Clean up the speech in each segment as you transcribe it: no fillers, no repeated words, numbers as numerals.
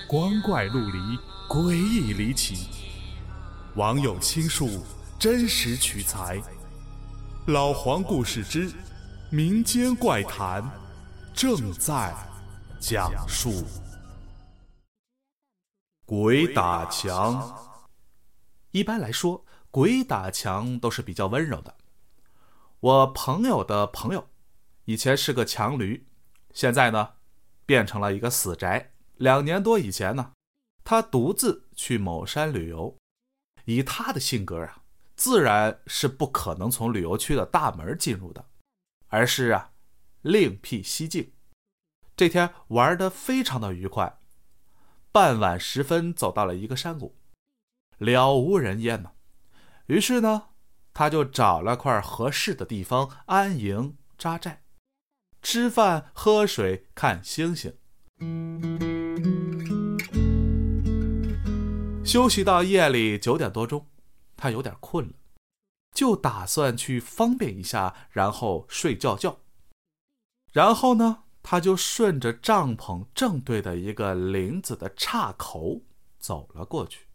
光怪陆离，诡异离奇。网友倾述，真实取材。老黄故事之民间怪谈正在讲述。鬼打墙。一般来说，鬼打墙都是比较温柔的。我朋友的朋友以前是个墙驴，现在呢变成了一个死宅。2年多以前呢，他独自去某山旅游，以他的性格啊，自然是不可能从旅游区的大门进入的，而是另辟蹊径。这天玩得非常的愉快，傍晚时分走到了一个山谷，了无人烟呢。于是呢，他就找了块合适的地方安营扎寨，吃饭喝水看星星。休息到夜里9点多钟，他有点困了，就打算去方便一下，然后睡觉觉。然后呢，他就顺着帐篷正对的一个林子的岔口走了过去。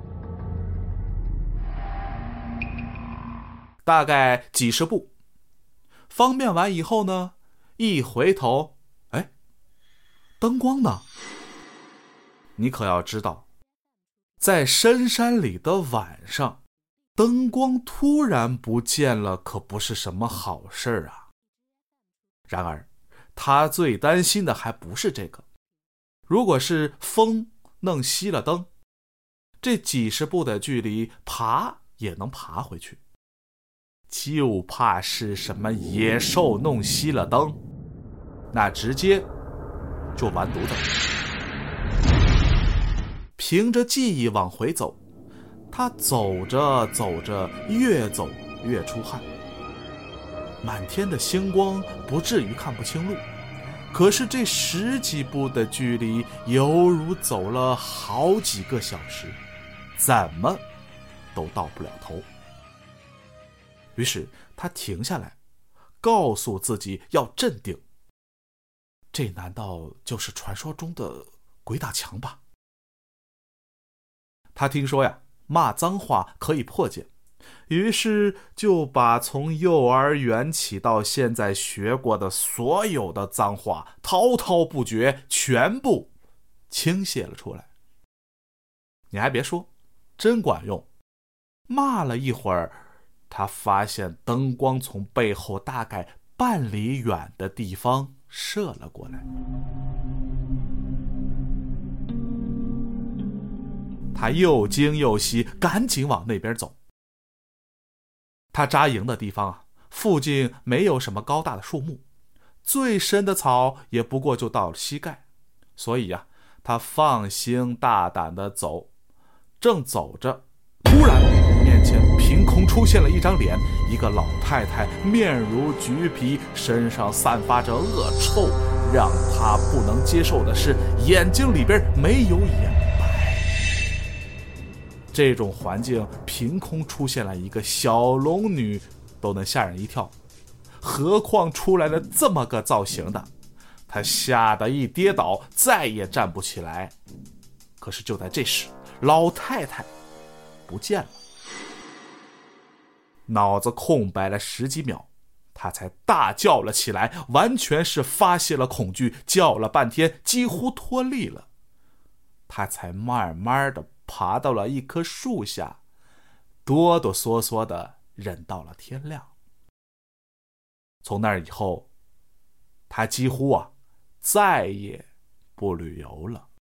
大概几十步，方便完以后呢，一回头，灯光呢？你可要知道，在深山里的晚上，灯光突然不见了，可不是什么好事啊。然而他最担心的还不是这个，如果是风弄熄了灯，这几十步的距离爬也能爬回去，就怕是什么野兽弄熄了灯，那直接就完犊子了。凭着记忆往回走，他走着走着越走越出汗，满天的星光不至于看不清路，可是这10几步的距离犹如走了好几个小时，怎么都到不了头。于是他停下来，告诉自己要镇定。这难道就是传说中的鬼打墙吧？他听说呀，骂脏话可以破戒，于是就把从幼儿园起到现在学过的所有的脏话滔滔不绝，全部倾泻了出来。你还别说，真管用。骂了一会儿，他发现灯光从背后大概半里远的地方射了过来。他又惊又喜，赶紧往那边走。他扎营的地方附近没有什么高大的树木，最深的草也不过就到了膝盖，所以他放心大胆地走。正走着，突然面前凭空出现了一张脸，一个老太太，面如橘皮，身上散发着恶臭，让他不能接受的是，眼睛里边没有眼白。这种环境凭空出现了一个小龙女都能吓人一跳，何况出来了这么个造型的，他吓得一跌倒，再也站不起来。可是就在这时，老太太不见了。脑子空白了10几秒，他才大叫了起来，完全是发泄了恐惧，叫了半天几乎脱力了。他才慢慢的爬到了一棵树下，哆哆嗦嗦的忍到了天亮。从那以后，他几乎再也不旅游了。